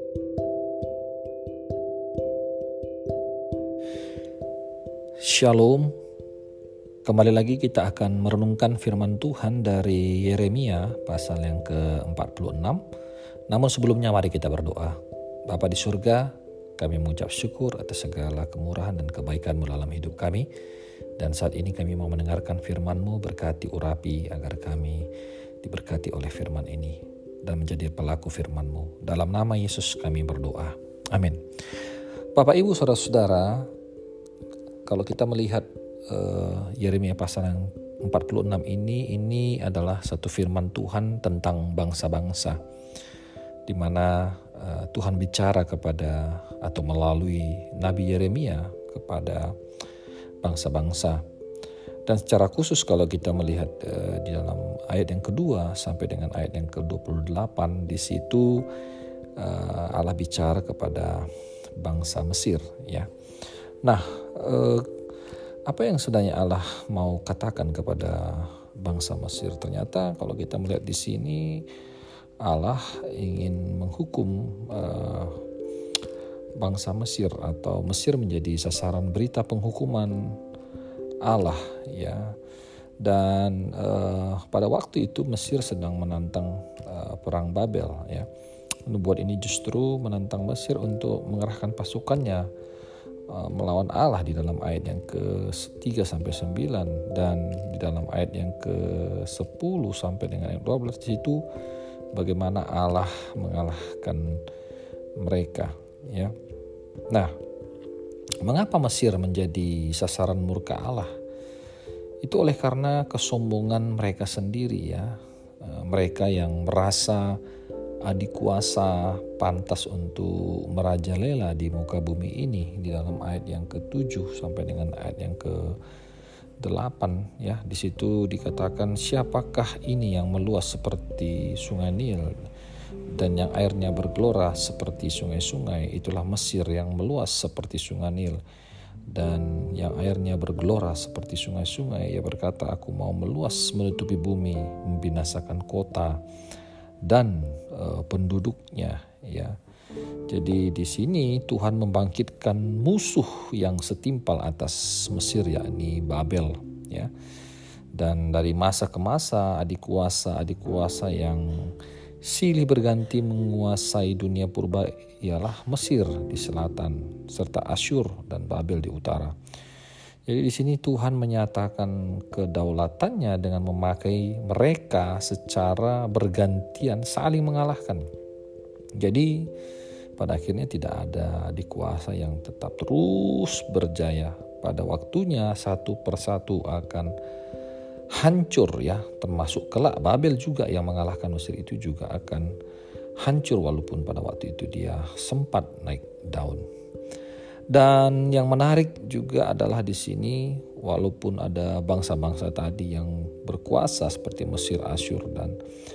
Shalom, kembali lagi kita akan merenungkan firman Tuhan dari Yeremia pasal yang ke-46. Namun sebelumnya mari kita berdoa. Bapa di surga, kami mengucap syukur atas segala kemurahan dan kebaikan-Mu dalam hidup kami. Dan saat ini kami mau mendengarkan firman-Mu, berkati urapi agar kami diberkati oleh firman ini dan menjadi pelaku firman-Mu. Dalam nama Yesus kami berdoa. Amin. Bapak, Ibu, Saudara-saudara, kalau kita melihat Yeremia pasal yang 46 ini adalah satu firman Tuhan tentang bangsa-bangsa, di mana Tuhan bicara kepada atau melalui Nabi Yeremia kepada bangsa-bangsa. Dan secara khusus kalau kita melihat di dalam ayat yang kedua sampai dengan ayat yang ke-28, di situ Allah bicara kepada bangsa Mesir, ya. Nah, apa yang sebenarnya Allah mau katakan kepada bangsa Mesir? Ternyata kalau kita melihat di sini, Allah ingin menghukum bangsa Mesir, atau Mesir menjadi sasaran berita penghukuman Allah, ya. Dan pada waktu itu Mesir sedang menantang perang Babel, ya. Nubuat ini justru menantang Mesir untuk mengerahkan pasukannya melawan Allah di dalam ayat yang ke-3 sampai 9, dan di dalam ayat yang ke-10 sampai dengan ayat 12 di situ bagaimana Allah mengalahkan mereka, ya. Nah, mengapa Mesir menjadi sasaran murka Allah? Itu oleh karena kesombongan mereka sendiri, ya. Mereka yang merasa adikuasa, pantas untuk merajalela di muka bumi ini. Di dalam ayat yang ke-7 sampai dengan ayat yang ke-8, ya, di situ dikatakan, siapakah ini yang meluas seperti sungai Nil dan yang airnya bergelora seperti sungai-sungai? Itulah Mesir yang meluas seperti sungai Nil dan yang airnya bergelora seperti sungai-sungai. Ia berkata, aku mau meluas menutupi bumi, membinasakan kota dan penduduknya, ya. Jadi di sini Tuhan membangkitkan musuh yang setimpal atas Mesir, yakni Babel, ya. Dan dari masa ke masa adik-kuasa yang silih berganti menguasai dunia purba ialah Mesir di selatan serta Asyur dan Babel di utara. Jadi di sini Tuhan menyatakan kedaulatannya dengan memakai mereka secara bergantian saling mengalahkan. Jadi pada akhirnya tidak ada dikuasa yang tetap terus berjaya. Pada waktunya satu persatu akan hancur, ya, termasuk kelak Babel juga yang mengalahkan Mesir itu juga akan hancur, walaupun pada waktu itu dia sempat naik daun. Dan yang menarik juga adalah di sini, walaupun ada bangsa-bangsa tadi yang berkuasa seperti Mesir, Asyur, dan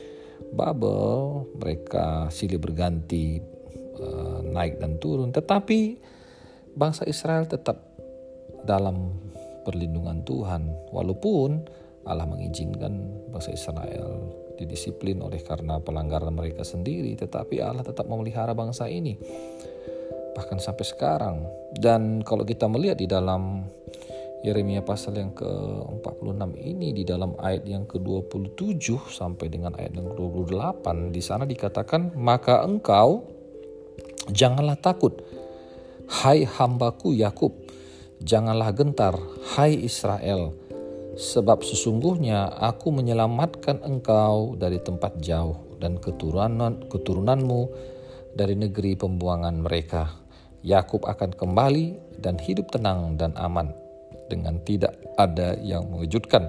Babel, mereka silih berganti naik dan turun, tetapi bangsa Israel tetap dalam perlindungan Tuhan. Walaupun Allah mengizinkan bangsa Israel didisiplin oleh karena pelanggaran mereka sendiri, tetapi Allah tetap memelihara bangsa ini bahkan sampai sekarang. Dan kalau kita melihat di dalam Yeremia pasal yang ke-46 ini, di dalam ayat yang ke-27 sampai dengan ayat yang ke-28, di sana dikatakan, maka engkau janganlah takut, hai hambaku Yakub, janganlah gentar, hai Israel, sebab sesungguhnya aku menyelamatkan engkau dari tempat jauh dan keturunanmu dari negeri pembuangan mereka. Yakub akan kembali dan hidup tenang dan aman dengan tidak ada yang mengejutkan.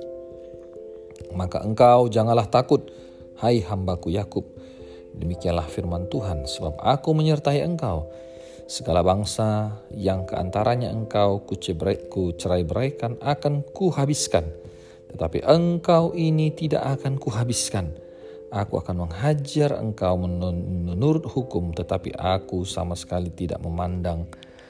Maka engkau janganlah takut, hai hambaku Yakub. Demikianlah firman Tuhan, sebab aku menyertai engkau. Segala bangsa yang keantaranya engkau kucerai-beraikan akan kuhabiskan, tetapi engkau ini tidak akan kuhabiskan. Aku akan menghajar engkau menurut hukum, tetapi aku sama sekali tidak memandang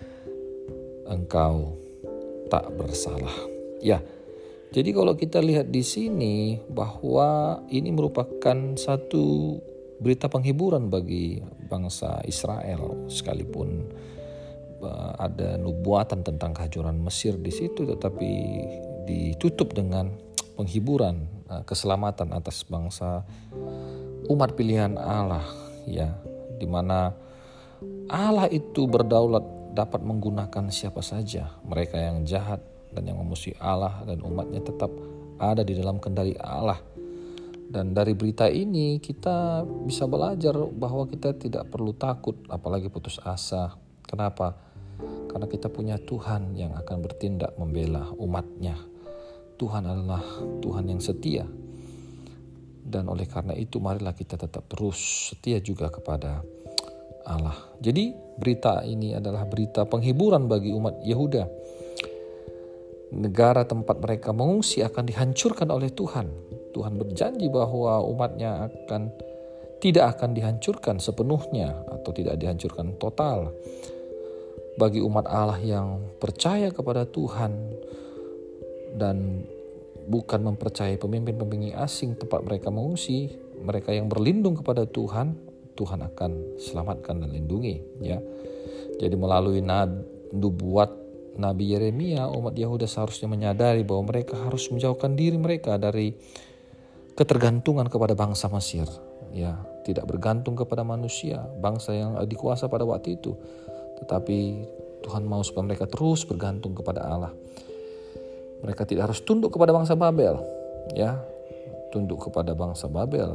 engkau tak bersalah. Ya, jadi kalau kita lihat di sini bahwa ini merupakan satu berita penghiburan bagi bangsa Israel, sekalipun ada nubuatan tentang kehancuran Mesir di situ, tetapi ditutup dengan penghiburan, keselamatan atas bangsa umat pilihan Allah, ya, di mana Allah itu berdaulat dapat menggunakan siapa saja. Mereka yang jahat dan yang memusuhi Allah dan umatnya tetap ada di dalam kendali Allah. Dan dari berita ini kita bisa belajar bahwa kita tidak perlu takut, apalagi putus asa. Kenapa? Karena kita punya Tuhan yang akan bertindak membela umatnya. Tuhan adalah Tuhan yang setia. Dan oleh karena itu marilah kita tetap terus setia juga kepada Allah. Jadi berita ini adalah berita penghiburan bagi umat Yehuda. Negara tempat mereka mengungsi akan dihancurkan oleh Tuhan. Tuhan berjanji bahwa umatnya tidak akan dihancurkan sepenuhnya atau tidak dihancurkan total. Bagi umat Allah yang percaya kepada Tuhan dan bukan mempercayai pemimpin-pemimpin asing tempat mereka mengungsi, mereka yang berlindung kepada Tuhan, Tuhan akan selamatkan dan lindungi, ya. Jadi melalui nubuat Nabi Yeremia, umat Yehuda seharusnya menyadari bahwa mereka harus menjauhkan diri mereka dari ketergantungan kepada bangsa Mesir, ya, tidak bergantung kepada manusia, bangsa yang dikuasa pada waktu itu. Tetapi Tuhan mau supaya mereka terus bergantung kepada Allah. Mereka tidak harus tunduk kepada bangsa Babel, ya, tunduk kepada bangsa Babel.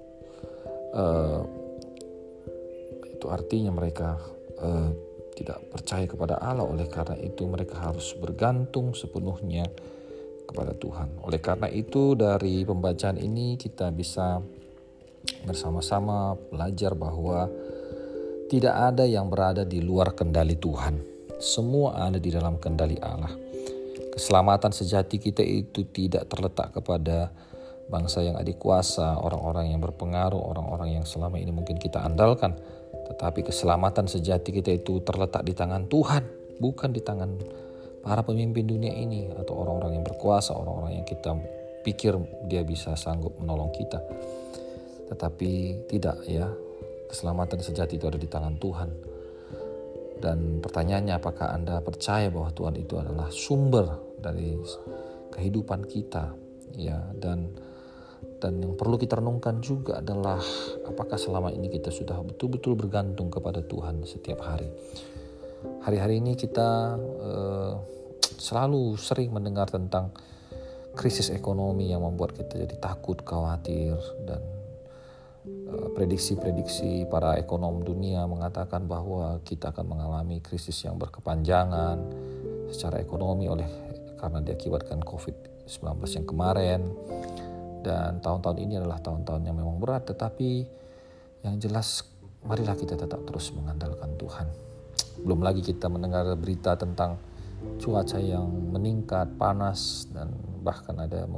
Itu artinya mereka tidak percaya kepada Allah. Oleh karena itu mereka harus bergantung sepenuhnya kepada Tuhan. Oleh karena itu dari pembacaan ini kita bisa bersama-sama belajar bahwa tidak ada yang berada di luar kendali Tuhan. Semua ada di dalam kendali Allah. Keselamatan sejati kita itu tidak terletak kepada bangsa yang adik kuasa, orang-orang yang berpengaruh, orang-orang yang selama ini mungkin kita andalkan. Tetapi keselamatan sejati kita itu terletak di tangan Tuhan, bukan di tangan para pemimpin dunia ini atau orang-orang yang berkuasa, orang-orang yang kita pikir dia bisa sanggup menolong kita. Tetapi tidak, ya. Keselamatan sejati itu ada di tangan Tuhan. Dan pertanyaannya, apakah Anda percaya bahwa Tuhan itu adalah sumber dari kehidupan kita, ya? Dan yang perlu kita renungkan juga adalah apakah selama ini kita sudah betul-betul bergantung kepada Tuhan setiap hari. Hari-hari ini kita selalu sering mendengar tentang krisis ekonomi yang membuat kita jadi takut, khawatir, dan prediksi-prediksi para ekonom dunia mengatakan bahwa kita akan mengalami krisis yang berkepanjangan secara ekonomi karena diakibatkan COVID-19 yang kemarin. Dan tahun-tahun ini adalah tahun-tahun yang memang berat, tetapi yang jelas marilah kita tetap terus mengandalkan Tuhan. Belum lagi kita mendengar berita tentang cuaca yang meningkat, panas, dan bahkan ada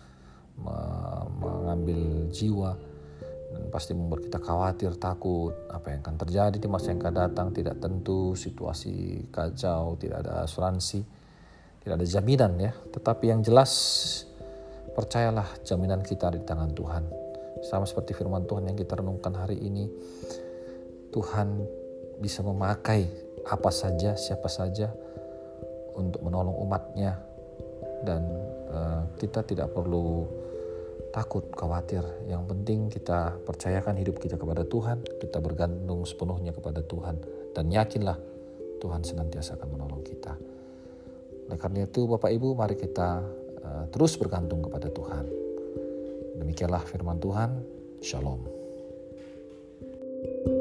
mengambil jiwa, dan pasti membuat kita khawatir, takut apa yang akan terjadi di masa yang akan datang. Tidak tentu, situasi kacau, tidak ada asuransi, tidak ada jaminan, ya. Tetapi yang jelas percayalah, jaminan kita ada di tangan Tuhan. Sama seperti firman Tuhan yang kita renungkan hari ini, Tuhan bisa memakai apa saja, siapa saja untuk menolong umatnya. Dan kita tidak perlu takut, khawatir. Yang penting kita percayakan hidup kita kepada Tuhan, kita bergantung sepenuhnya kepada Tuhan, dan yakinlah Tuhan senantiasa akan menolong kita. Oleh karena itu Bapak Ibu, mari kita terus bergantung kepada Tuhan. Demikianlah firman Tuhan. Shalom.